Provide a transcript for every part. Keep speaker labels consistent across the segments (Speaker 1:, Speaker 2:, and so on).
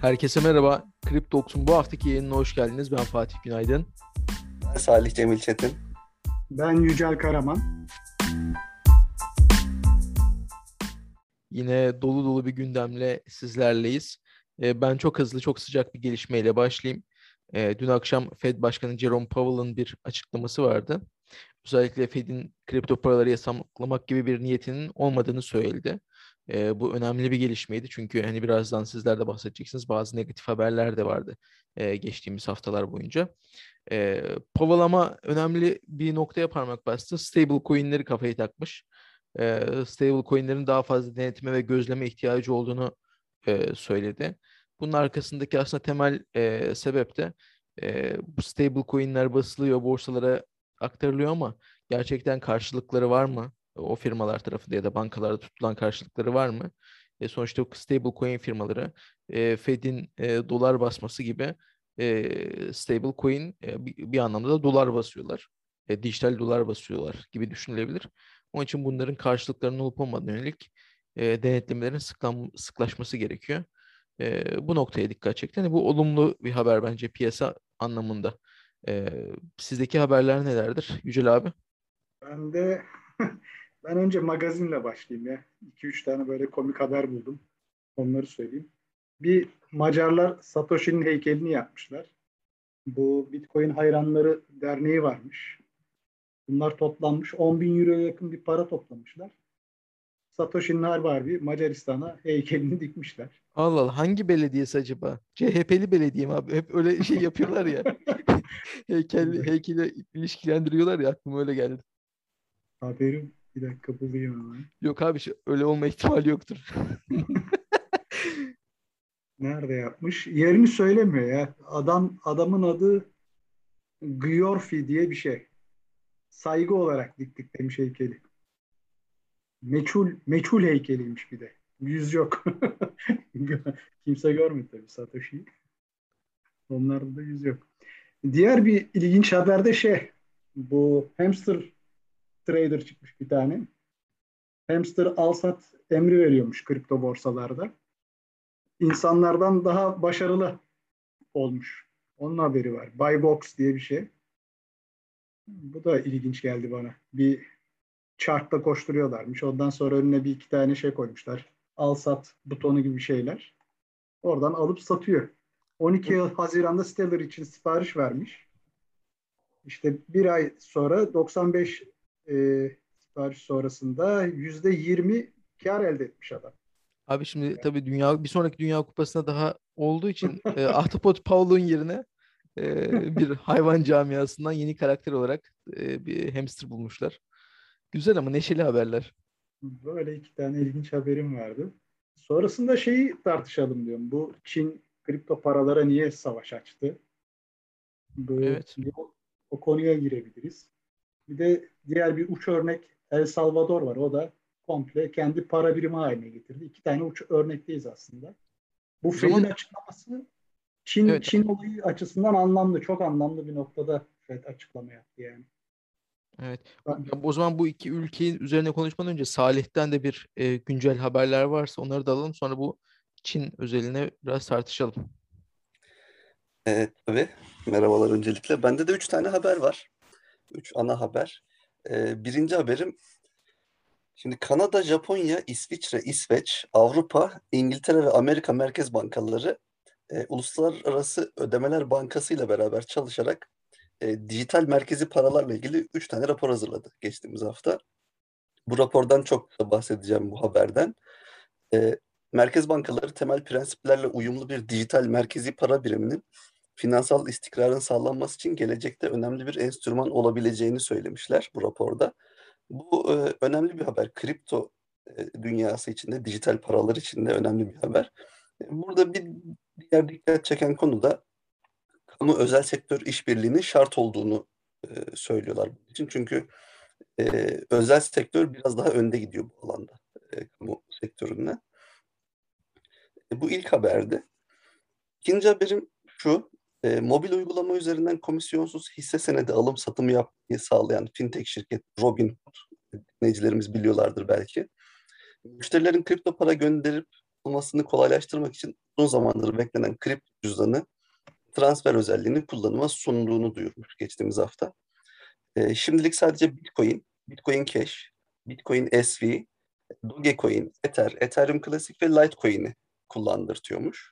Speaker 1: Herkese merhaba. Kriptox'un bu haftaki yayınına hoş geldiniz. Ben Fatih Günaydın.
Speaker 2: Salih Cemil Çetin.
Speaker 3: Ben Yücel Karaman.
Speaker 1: Yine dolu dolu bir gündemle sizlerleyiz. Ben çok hızlı, çok sıcak bir gelişmeyle başlayayım. Dün akşam Fed Başkanı Jerome Powell'ın bir açıklaması vardı. Özellikle Fed'in kripto paraları yasaklamak gibi bir niyetinin olmadığını söyledi. Bu önemli bir gelişmeydi çünkü hani birazdan sizler de bahsedeceksiniz. Bazı negatif haberler de vardı geçtiğimiz haftalar boyunca. Powell ama önemli bir noktaya parmak bastı. Stable coin'leri kafayı takmış. Stable coin'lerin daha fazla denetime ve gözleme ihtiyacı olduğunu söyledi. Bunun arkasındaki aslında temel sebep de bu stable coin'ler basılıyor, borsalara aktarılıyor ama gerçekten karşılıkları var mı? O firmalar tarafında ya da bankalarda tutulan karşılıkları var mı? Sonuçta o stable coin firmaları Fed'in dolar basması gibi stable coin bir anlamda da dolar basıyorlar. Dijital dolar basıyorlar gibi düşünülebilir. Onun için bunların karşılıklarının olup olmadığına yönelik denetlemelerin sıklaşması gerekiyor. Bu noktaya dikkat çekti. Yani bu olumlu bir haber bence piyasa anlamında. E, Sizdeki haberler nelerdir Yücel abi?
Speaker 3: Ben de ben önce magazinle başlayayım ya. 2 üç tane böyle komik haber buldum. Onları söyleyeyim. Bir Macarlar Satoshi'nin heykelini yapmışlar. Bu Bitcoin Hayranları Derneği varmış. Bunlar toplanmış. 10 bin euroya yakın bir para toplamışlar. Satoshi'nin harbi Macaristan'a heykelini dikmişler.
Speaker 1: Allah Allah, hangi belediyesi acaba? CHP'li belediye mi abi? Hep öyle şey yapıyorlar ya. Heykelle ilişkilendiriyorlar ya, aklıma öyle geldi.
Speaker 3: Haberim bir dakika bulayım hemen.
Speaker 1: Yok abi, öyle olma ihtimali yoktur.
Speaker 3: Nerede yapmış? Yerini söylemiyor ya. Adamın adı Gyorfi diye bir şey. Saygı olarak diktik demiş heykeli. Meçhul heykeliymiş bir de. Yüz yok. Kimse görmedi tabii Satoshi'yi. Onlarda da yüz yok. Diğer bir ilginç haber de bu hamster trader çıkmış bir tane. Hamster al sat emri veriyormuş kripto borsalarda. İnsanlardan daha başarılı olmuş. Onun haberi var. Buy box diye bir şey. Bu da ilginç geldi bana. Bir chartta koşturuyorlarmış. Ondan sonra önüne bir iki tane şey koymuşlar. Al sat butonu gibi şeyler. Oradan alıp satıyor. 12 Haziran'da Stellar için sipariş vermiş. İşte bir ay sonra 95 sipariş sonrasında %20 kar elde etmiş adam.
Speaker 1: Abi şimdi tabii bir sonraki Dünya Kupası'na daha olduğu için Ahtapot Paulo'nun yerine bir hayvan camiasından yeni karakter olarak bir hamster bulmuşlar. Güzel ama neşeli haberler.
Speaker 3: Böyle iki tane ilginç haberim vardı. Sonrasında şeyi tartışalım diyorum. Bu Çin kripto paralara niye savaş açtı?
Speaker 1: Evet.
Speaker 3: O konuya girebiliriz. Bir de diğer bir uç örnek El Salvador var. O da komple kendi para birimi haline getirdi. İki tane uç örnekteyiz aslında. Bu
Speaker 1: O
Speaker 3: Fed'in
Speaker 1: zaman
Speaker 3: açıklaması Çin,
Speaker 1: evet.
Speaker 3: Çin olayı açısından anlamlı. Çok anlamlı bir noktada Fed açıklama yaptı yani.
Speaker 1: Evet.
Speaker 3: Ben,
Speaker 1: O zaman bu iki ülkenin üzerine konuşmadan önce Salih'ten de bir güncel haberler varsa onları da alalım. Sonra bu Çin özeline biraz tartışalım.
Speaker 2: Tabii. Merhabalar öncelikle. Bende de 3 tane haber var. 3 ana haber. Birinci haberim, şimdi Kanada, Japonya, İsviçre, İsveç, Avrupa, İngiltere ve Amerika Merkez Bankaları Uluslararası Ödemeler Bankası ile beraber çalışarak dijital merkezi paralarla ilgili 3 tane rapor hazırladı geçtiğimiz hafta. Bu rapordan çok da bahsedeceğim, bu haberden. E, Merkez bankaları temel prensiplerle uyumlu bir dijital merkezi para biriminin finansal istikrarın sağlanması için gelecekte önemli bir enstrüman olabileceğini söylemişler bu raporda. Bu önemli bir haber. Kripto dünyası içinde, dijital paralar içinde önemli bir haber. Burada bir diğer dikkat çeken konu da kamu özel sektör işbirliğinin şart olduğunu söylüyorlar bunun için. Çünkü özel sektör biraz daha önde gidiyor bu alanda kamu sektöründen. Bu ilk haberdi. İkinci haberim şu: mobil uygulama üzerinden komisyonsuz hisse senedi alım satımı yapmayı sağlayan fintech şirket Robinhood, dinleyicilerimiz biliyorlardır belki, müşterilerin kripto para gönderip olmasını kolaylaştırmak için uzun zamandır beklenen kripto cüzdanı transfer özelliğini kullanıma sunduğunu duyurmuş geçtiğimiz hafta. Şimdilik sadece Bitcoin, Bitcoin Cash, Bitcoin SV, Dogecoin, Ether, Ethereum Classic ve Litecoin'i kullandırtıyormuş.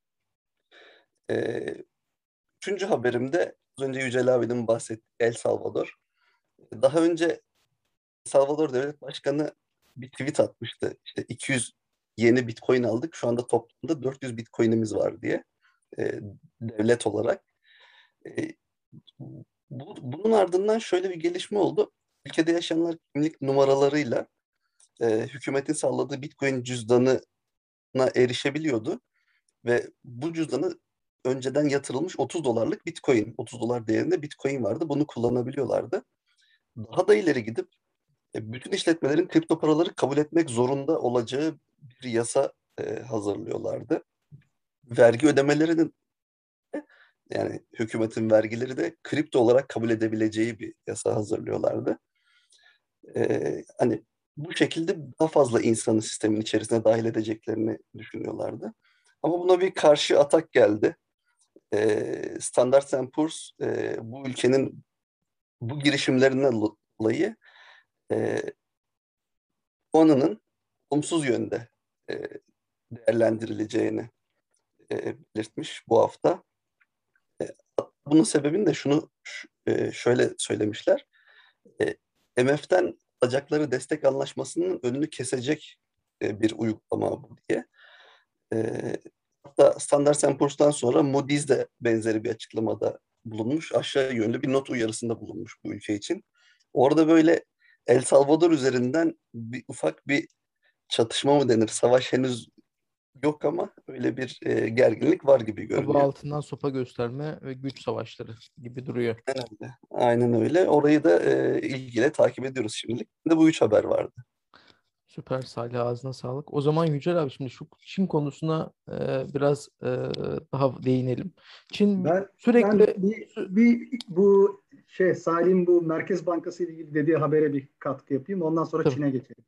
Speaker 2: Ee, Üçüncü haberimde az önce Yücel abinin bahsettiği El Salvador. Daha önce El Salvador Devlet Başkanı bir tweet atmıştı. İşte 200 yeni Bitcoin aldık. Şu anda toplamda 400 Bitcoin'imiz var diye devlet olarak. E, Bunun ardından şöyle bir gelişme oldu. Ülkede yaşayanlar kimlik numaralarıyla hükümetin sağladığı Bitcoin cüzdanına erişebiliyordu ve bu cüzdanı önceden yatırılmış 30 dolarlık Bitcoin, 30 dolar değerinde Bitcoin vardı. Bunu kullanabiliyorlardı. Daha da ileri gidip bütün işletmelerin kripto paraları kabul etmek zorunda olacağı bir yasa hazırlıyorlardı. Vergi ödemelerinin yani hükümetin vergileri de kripto olarak kabul edebileceği bir yasa hazırlıyorlardı. Hani bu şekilde daha fazla insanı sistemin içerisine dahil edeceklerini düşünüyorlardı. Ama buna bir karşı atak geldi. Standard & Poor's bu ülkenin bu girişimlerinden dolayı puanının olumsuz yönde e, değerlendirileceğini belirtmiş bu hafta. E, Bunun sebebini de şöyle söylemişler. MF'den alacakları destek anlaşmasının önünü kesecek bir uygulama bu diye. Hatta Standard & Poor's'tan sonra Moody's de benzeri bir açıklamada bulunmuş. Aşağı yönlü bir not uyarısında bulunmuş bu ülke için. Orada böyle El Salvador üzerinden ufak bir çatışma mı denir? Savaş henüz yok ama öyle bir gerginlik var gibi
Speaker 1: Baba
Speaker 2: görünüyor.
Speaker 1: altından sopa gösterme ve güç savaşları gibi duruyor.
Speaker 2: Aynen öyle. Aynen öyle. Orayı da ilgiyle takip ediyoruz şimdilik. Bir de bu üç haber vardı.
Speaker 1: Süper Salih, ağzına sağlık. O zaman Yücel abi şimdi şu Çin konusuna biraz daha değinelim. Çin
Speaker 3: Ben
Speaker 1: sürekli
Speaker 3: bu Salih'in bu Merkez Bankası ile ilgili dediği habere bir katkı yapayım. Ondan sonra
Speaker 1: tabii,
Speaker 3: Çin'e geçelim.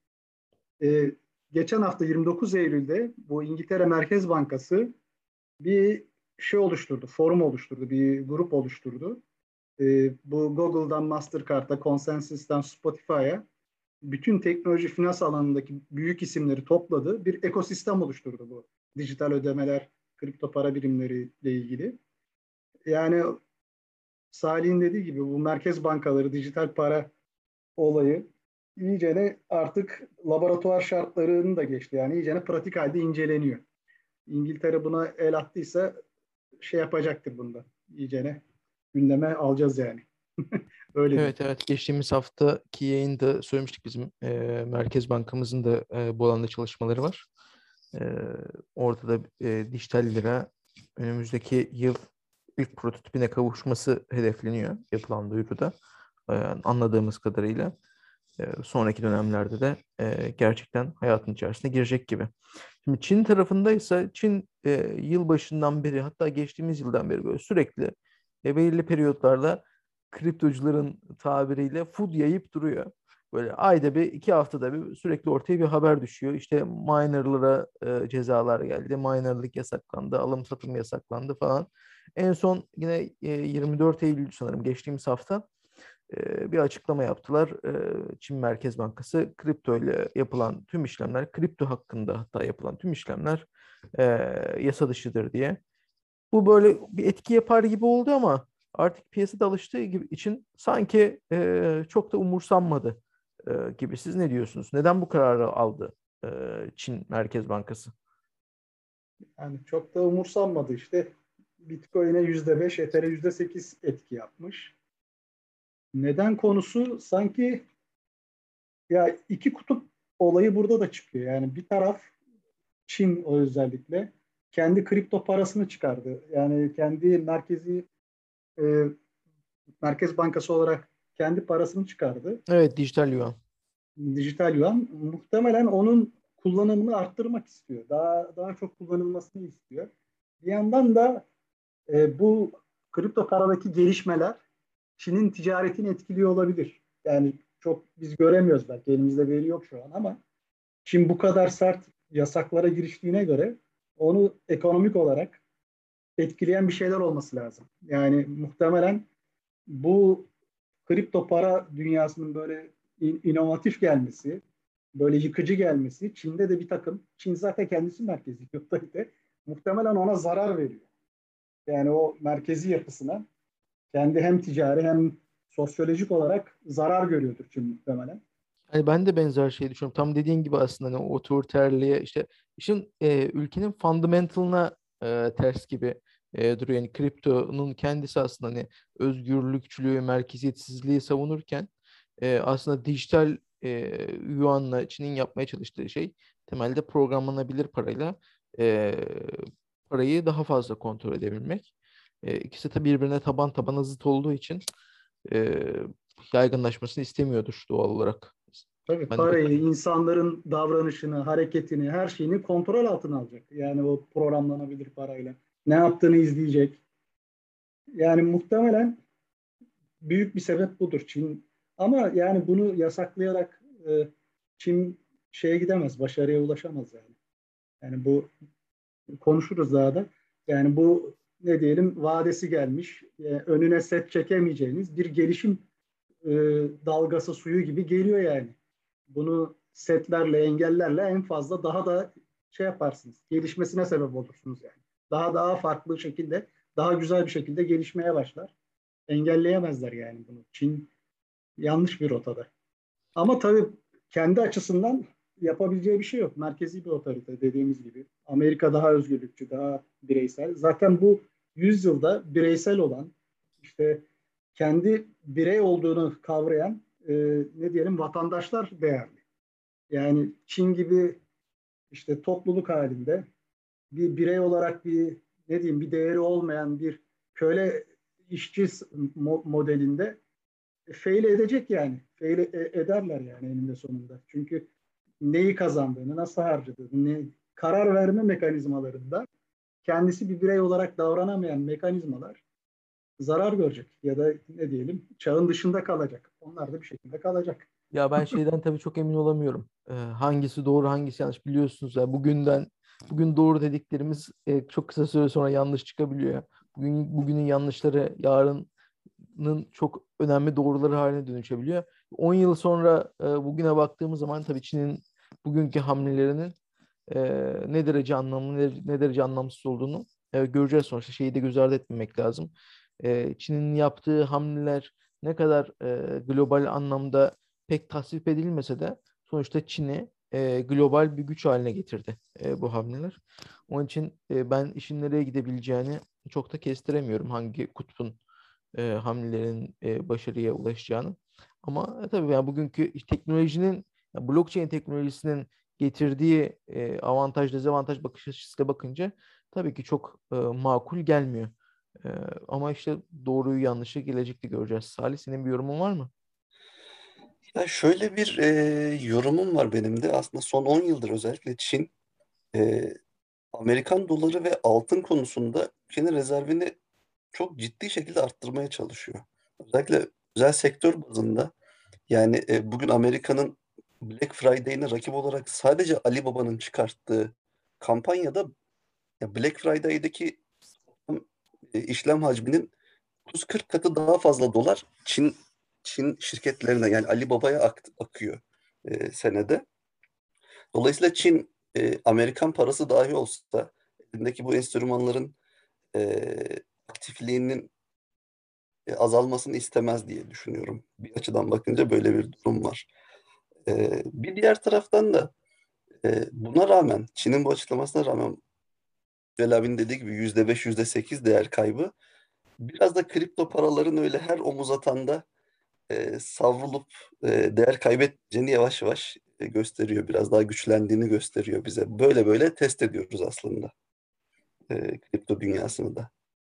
Speaker 3: Geçen hafta 29 Eylül'de bu İngiltere Merkez Bankası bir oluşturdu, forum oluşturdu, bir grup oluşturdu. Bu Google'dan Mastercard'a, Consensys'ten Spotify'a bütün teknoloji finans alanındaki büyük isimleri topladı. Bir ekosistem oluşturdu bu. Dijital ödemeler, kripto para birimleri ile ilgili. Yani Salih'in dediği gibi bu merkez bankaları, dijital para olayı iyicene artık laboratuvar şartlarını da geçti. Yani iyicene pratik halde inceleniyor. İngiltere buna el attıysa yapacaktır bunda. İyicene gündeme alacağız yani. Öyle diyeyim.
Speaker 1: evet, evet, geçtiğimiz haftaki yayında söylemiştik, bizim Merkez Bankamızın da bu alanda çalışmaları var. E, Orada da dijital lira önümüzdeki yıl ilk prototipine kavuşması hedefleniyor yapılan duyuruda. Anladığımız kadarıyla. Sonraki dönemlerde de gerçekten hayatın içerisine girecek gibi. Şimdi Çin tarafındaysa Çin yıl başından beri, hatta geçtiğimiz yıldan beri böyle sürekli belirli periyotlarda kriptocuların tabiriyle food yayıp duruyor. Böyle ayda bir, iki haftada bir sürekli ortaya bir haber düşüyor. İşte minerlara cezalar geldi. Minerlık yasaklandı, alım satım yasaklandı falan. En son yine 24 Eylül sanırım, geçtiğimiz hafta bir açıklama yaptılar. Çin Merkez Bankası kripto ile yapılan tüm işlemler, kripto hakkında hatta yapılan tüm işlemler yasa dışıdır diye. Bu böyle bir etki yapar gibi oldu ama artık piyasada alıştığı gibi için sanki çok da umursanmadı gibi. Siz ne diyorsunuz? Neden bu kararı aldı Çin Merkez Bankası?
Speaker 3: Yani çok da umursanmadı işte. Bitcoin'e %5, Ether'e %8 etki yapmış. Neden konusu sanki ya iki kutup olayı burada da çıkıyor. Yani bir taraf Çin özellikle kendi kripto parasını çıkardı. Yani kendi e, merkez bankası olarak kendi parasını çıkardı.
Speaker 1: Evet, dijital yuan.
Speaker 3: Dijital yuan muhtemelen onun kullanımını arttırmak istiyor. Daha çok kullanılmasını istiyor. Bir yandan da bu kripto paradaki gelişmeler Çin'in ticaretini etkiliyor olabilir. Yani çok biz göremiyoruz, belki elimizde veri yok şu an, ama Çin bu kadar sert yasaklara giriştiğine göre onu ekonomik olarak etkileyen bir şeyler olması lazım. Yani muhtemelen bu kripto para dünyasının böyle inovatif gelmesi, böyle yıkıcı gelmesi, Çin'de de bir takım, Çin zaten kendisi merkezi bir otorite, muhtemelen ona zarar veriyor. Yani o merkezi yapısına kendi hem ticari hem sosyolojik olarak zarar görüyordur Çin muhtemelen.
Speaker 1: Hani ben de benzer şey düşünüyorum. Tam dediğin gibi aslında hani otoriterliğe işte işin ülkenin fundamentalına ters gibi duruyor. Yani kriptonun kendisi aslında hani özgürlükçülüğü, merkeziyetsizliği savunurken aslında dijital yuanla Çin'in yapmaya çalıştığı şey temelde programlanabilir parayla e, parayı daha fazla kontrol edebilmek. İkisi de birbirine taban tabana zıt olduğu için e, yaygınlaşmasını istemiyordur doğal olarak.
Speaker 3: Tabii
Speaker 1: Ben de
Speaker 3: parayı, insanların davranışını, hareketini, her şeyini kontrol altına alacak. Yani o programlanabilir parayla. Ne yaptığını izleyecek. Yani muhtemelen büyük bir sebep budur Çin. Ama yani bunu yasaklayarak Çin şeye gidemez, başarıya ulaşamaz yani. Yani bu konuşuruz daha da. Yani bu ne diyelim vadesi gelmiş, önüne set çekemeyeceğiniz bir gelişim e, dalgası suyu gibi geliyor yani. Bunu setlerle, engellerle en fazla daha da şey yaparsınız. Gelişmesine sebep olursunuz yani. Daha farklı şekilde, daha güzel bir şekilde gelişmeye başlar. Engelleyemezler yani bunu. Çin yanlış bir rotada. Ama tabii kendi açısından yapabileceği bir şey yok. Merkezi bir otorite dediğimiz gibi. Amerika daha özgürlükçü, daha bireysel. Zaten bu yüzyılda bireysel olan, işte kendi birey olduğunu kavrayan ne diyelim vatandaşlar değerli. Yani Çin gibi işte topluluk halinde bir birey olarak bir ne diyeyim bir değeri olmayan bir köle işçi modelinde fail edecek yani. Fail ederler yani eninde sonunda. Çünkü neyi kazandığını, nasıl harcadığını, karar verme mekanizmalarında kendisi bir birey olarak davranamayan mekanizmalar zarar görecek ya da ne diyelim çağın dışında kalacak. Onlar da bir şekilde kalacak.
Speaker 1: ya ben şeyden tabii çok emin olamıyorum. Hangisi doğru, hangisi yanlış biliyorsunuz ya. Bugün doğru dediklerimiz çok kısa süre sonra yanlış çıkabiliyor ya. Bugünün yanlışları yarının çok önemli doğruları haline dönüşebiliyor. 10 yıl sonra bugüne baktığımız zaman tabii Çin'in bugünkü hamlelerinin e, ne derece anlamlı, ne derece anlamsız olduğunu göreceğiz sonuçta. Şeyi de göz ardı etmemek lazım. Çin'in yaptığı hamleler ne kadar global anlamda pek tasvip edilmese de sonuçta Çin'i global bir güç haline getirdi bu hamleler. Onun için ben işin nereye gidebileceğini çok da kestiremiyorum hangi kutbun hamlelerin başarıya ulaşacağını. Ama tabii yani bugünkü teknolojinin, blockchain teknolojisinin getirdiği avantaj, dezavantaj bakış açısıyla bakınca tabii ki çok makul gelmiyor. E, Ama işte doğruyu yanlışı gelecekte göreceğiz. Salih, senin bir yorumun var mı?
Speaker 2: Ya şöyle bir yorumum var benim de. Aslında son 10 yıldır özellikle Çin e, Amerikan doları ve altın konusunda ülkenin rezervini çok ciddi şekilde arttırmaya çalışıyor. Özellikle özel sektör bazında yani bugün Amerika'nın Black Friday'ine rakip olarak sadece Alibaba'nın çıkarttığı kampanyada ya Black Friday'deki işlem hacminin 30-40 katı daha fazla dolar Çin şirketlerine yani Alibaba'ya akıyor senede. Dolayısıyla Çin Amerikan parası dahi olsa elindeki bu enstrümanların e, aktifliğinin azalmasını istemez diye düşünüyorum. Bir açıdan bakınca böyle bir durum var. Bir diğer taraftan da buna rağmen Çin'in bu açıklamasına rağmen Celal abinin dediği gibi %5, %8 değer kaybı biraz da kripto paraların öyle her omuz atanda savrulup değer kaybetmeyeceğini yavaş yavaş gösteriyor. Biraz daha güçlendiğini gösteriyor bize. Böyle böyle test ediyoruz aslında kripto dünyasını da.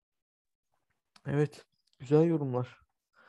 Speaker 1: Evet, güzel yorumlar.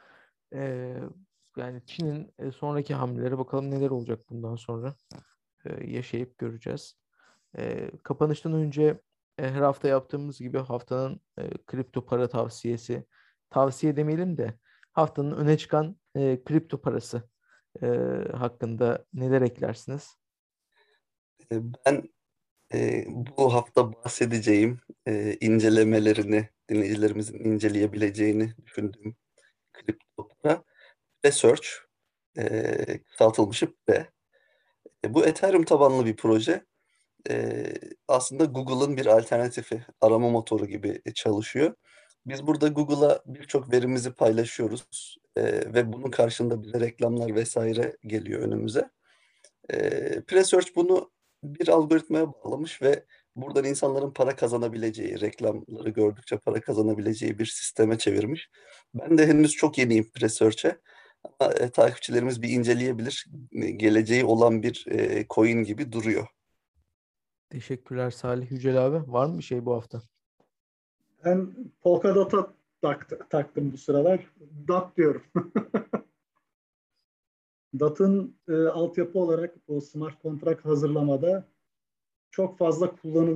Speaker 1: E, Yani Çin'in sonraki hamleleri bakalım neler olacak bundan sonra. Yaşayıp göreceğiz. Kapanıştan önce her hafta yaptığımız gibi haftanın kripto para tavsiye demeyelim de haftanın öne çıkan kripto parası e, hakkında neler eklersiniz?
Speaker 2: Ben Bu hafta bahsedeceğim incelemelerini dinleyicilerimizin inceleyebileceğini düşündüğüm kripto para Research, kısaltılmışı P. Bu Ethereum tabanlı bir proje. E, Aslında Google'ın bir alternatifi, arama motoru gibi çalışıyor. Biz burada Google'a birçok verimizi paylaşıyoruz ve bunun karşılığında bize reklamlar vesaire geliyor önümüze. Presearch bunu bir algoritmaya bağlamış ve buradan insanların para kazanabileceği, reklamları gördükçe para kazanabileceği bir sisteme çevirmiş. Ben de henüz çok yeniyim Presearch'e. Ama takipçilerimiz bir inceleyebilir. Geleceği olan bir coin gibi duruyor.
Speaker 1: Teşekkürler Salih Yücel abi. Var mı bir şey bu hafta?
Speaker 3: Ben Polkadot'a taktım bu sıralar. DAT diyorum. DAT'ın altyapı olarak bu smart kontrat hazırlamada çok fazla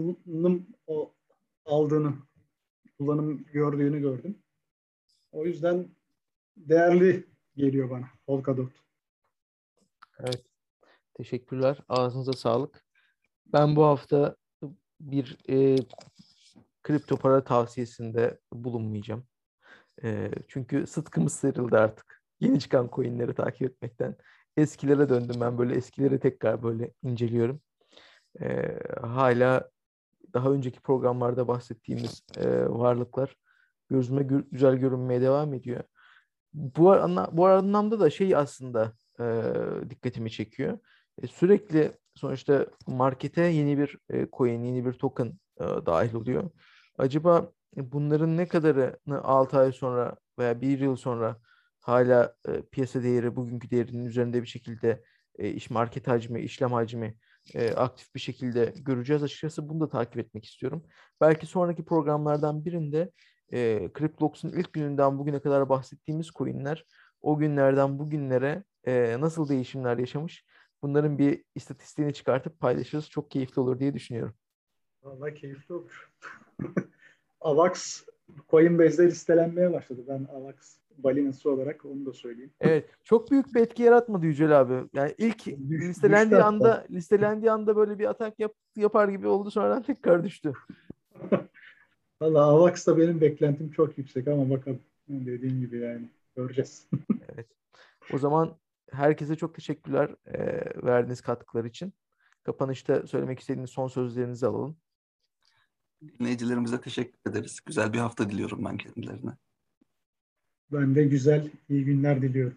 Speaker 3: aldığını, kullanım gördüğünü gördüm. O yüzden değerli geliyor bana Polkadot.
Speaker 1: Evet. Teşekkürler. Ağzınıza sağlık. Ben bu hafta bir kripto para tavsiyesinde bulunmayacağım. Çünkü sıtkımız sıyrıldı artık. Yeni çıkan coinleri takip etmekten. Eskilere döndüm ben, böyle eskileri tekrar böyle inceliyorum. Hala daha önceki programlarda bahsettiğimiz varlıklar gözüme güzel görünmeye devam ediyor. Bu anlamda da şey aslında dikkatimi çekiyor. Sürekli sonuçta markete yeni bir coin, yeni bir token dahil oluyor. Acaba bunların ne kadarını 6 ay sonra veya 1 yıl sonra hala piyasa değeri bugünkü değerinin üzerinde bir şekilde iş market hacmi, işlem hacmi aktif bir şekilde göreceğiz açıkçası. Bunu da takip etmek istiyorum. Belki sonraki programlardan birinde CryptLocks'un ilk gününden bugüne kadar bahsettiğimiz coinler o günlerden bugünlere nasıl değişimler yaşamış, bunların bir istatistiğini çıkartıp paylaşırız. Çok keyifli olur diye düşünüyorum.
Speaker 3: Vallahi keyifli olur. AVAX Coinbase'de listelenmeye başladı. Ben AVAX balinası olarak onu da söyleyeyim.
Speaker 1: Evet, çok büyük bir etki yaratmadı Yücel abi. Yani ilk
Speaker 3: Düştü hatta.
Speaker 1: listelendiği anda böyle bir atak yapar gibi oldu, sonradan tekrar düştü.
Speaker 3: Valla AVAX'ta benim beklentim çok yüksek ama bakalım. Dediğim gibi yani göreceğiz.
Speaker 1: Evet. O zaman herkese çok teşekkürler verdiğiniz katkılar için. Kapanışta söylemek istediğiniz son sözlerinizi alalım.
Speaker 2: Dinleyicilerimize teşekkür ederiz. Güzel bir hafta diliyorum ben kendilerine.
Speaker 3: Ben de güzel, iyi günler diliyorum.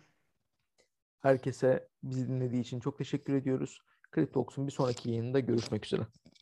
Speaker 1: Herkese bizi dinlediği için çok teşekkür ediyoruz. CryptoOx'un bir sonraki yayınında görüşmek üzere.